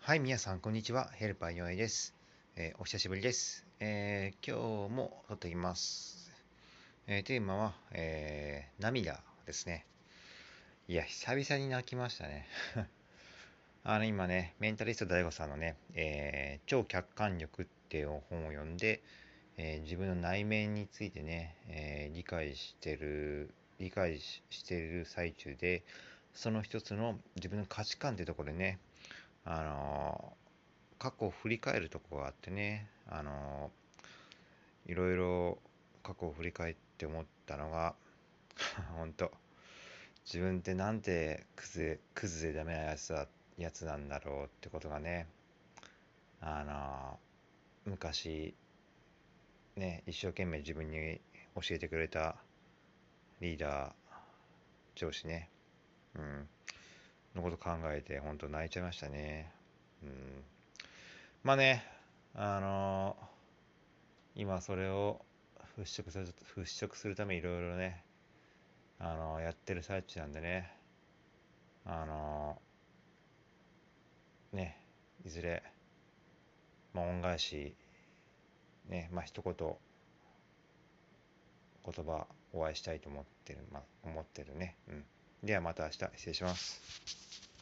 はい、皆さん、こんにちは。ヘルパーヨエです。お久しぶりです。今日も撮っています。テーマは、涙ですね。いや、久々に泣きましたね。今ね、メンタリスト DAIGO さんのね、超客観力っていう本を読んで、自分の内面についてね、理解してる最中で、その一つの自分の価値観ってところでね、あの過去を振り返るとこがあってね、いろいろ過去を振り返って思ったのが、本当自分ってなんてクズでダメなやつなんだろうってことがね、あの昔ね、一生懸命自分に教えてくれたリーダー、上司ね、うん、のこと考えて本当泣いちゃいましたね。うん、まあね、あの今それを払拭するためにいろいろね、やってる最中なんでね、あのいずれ、恩返し、ね、一言、言葉、お会いしたいと思ってるね。うん。ではまた明日、失礼します。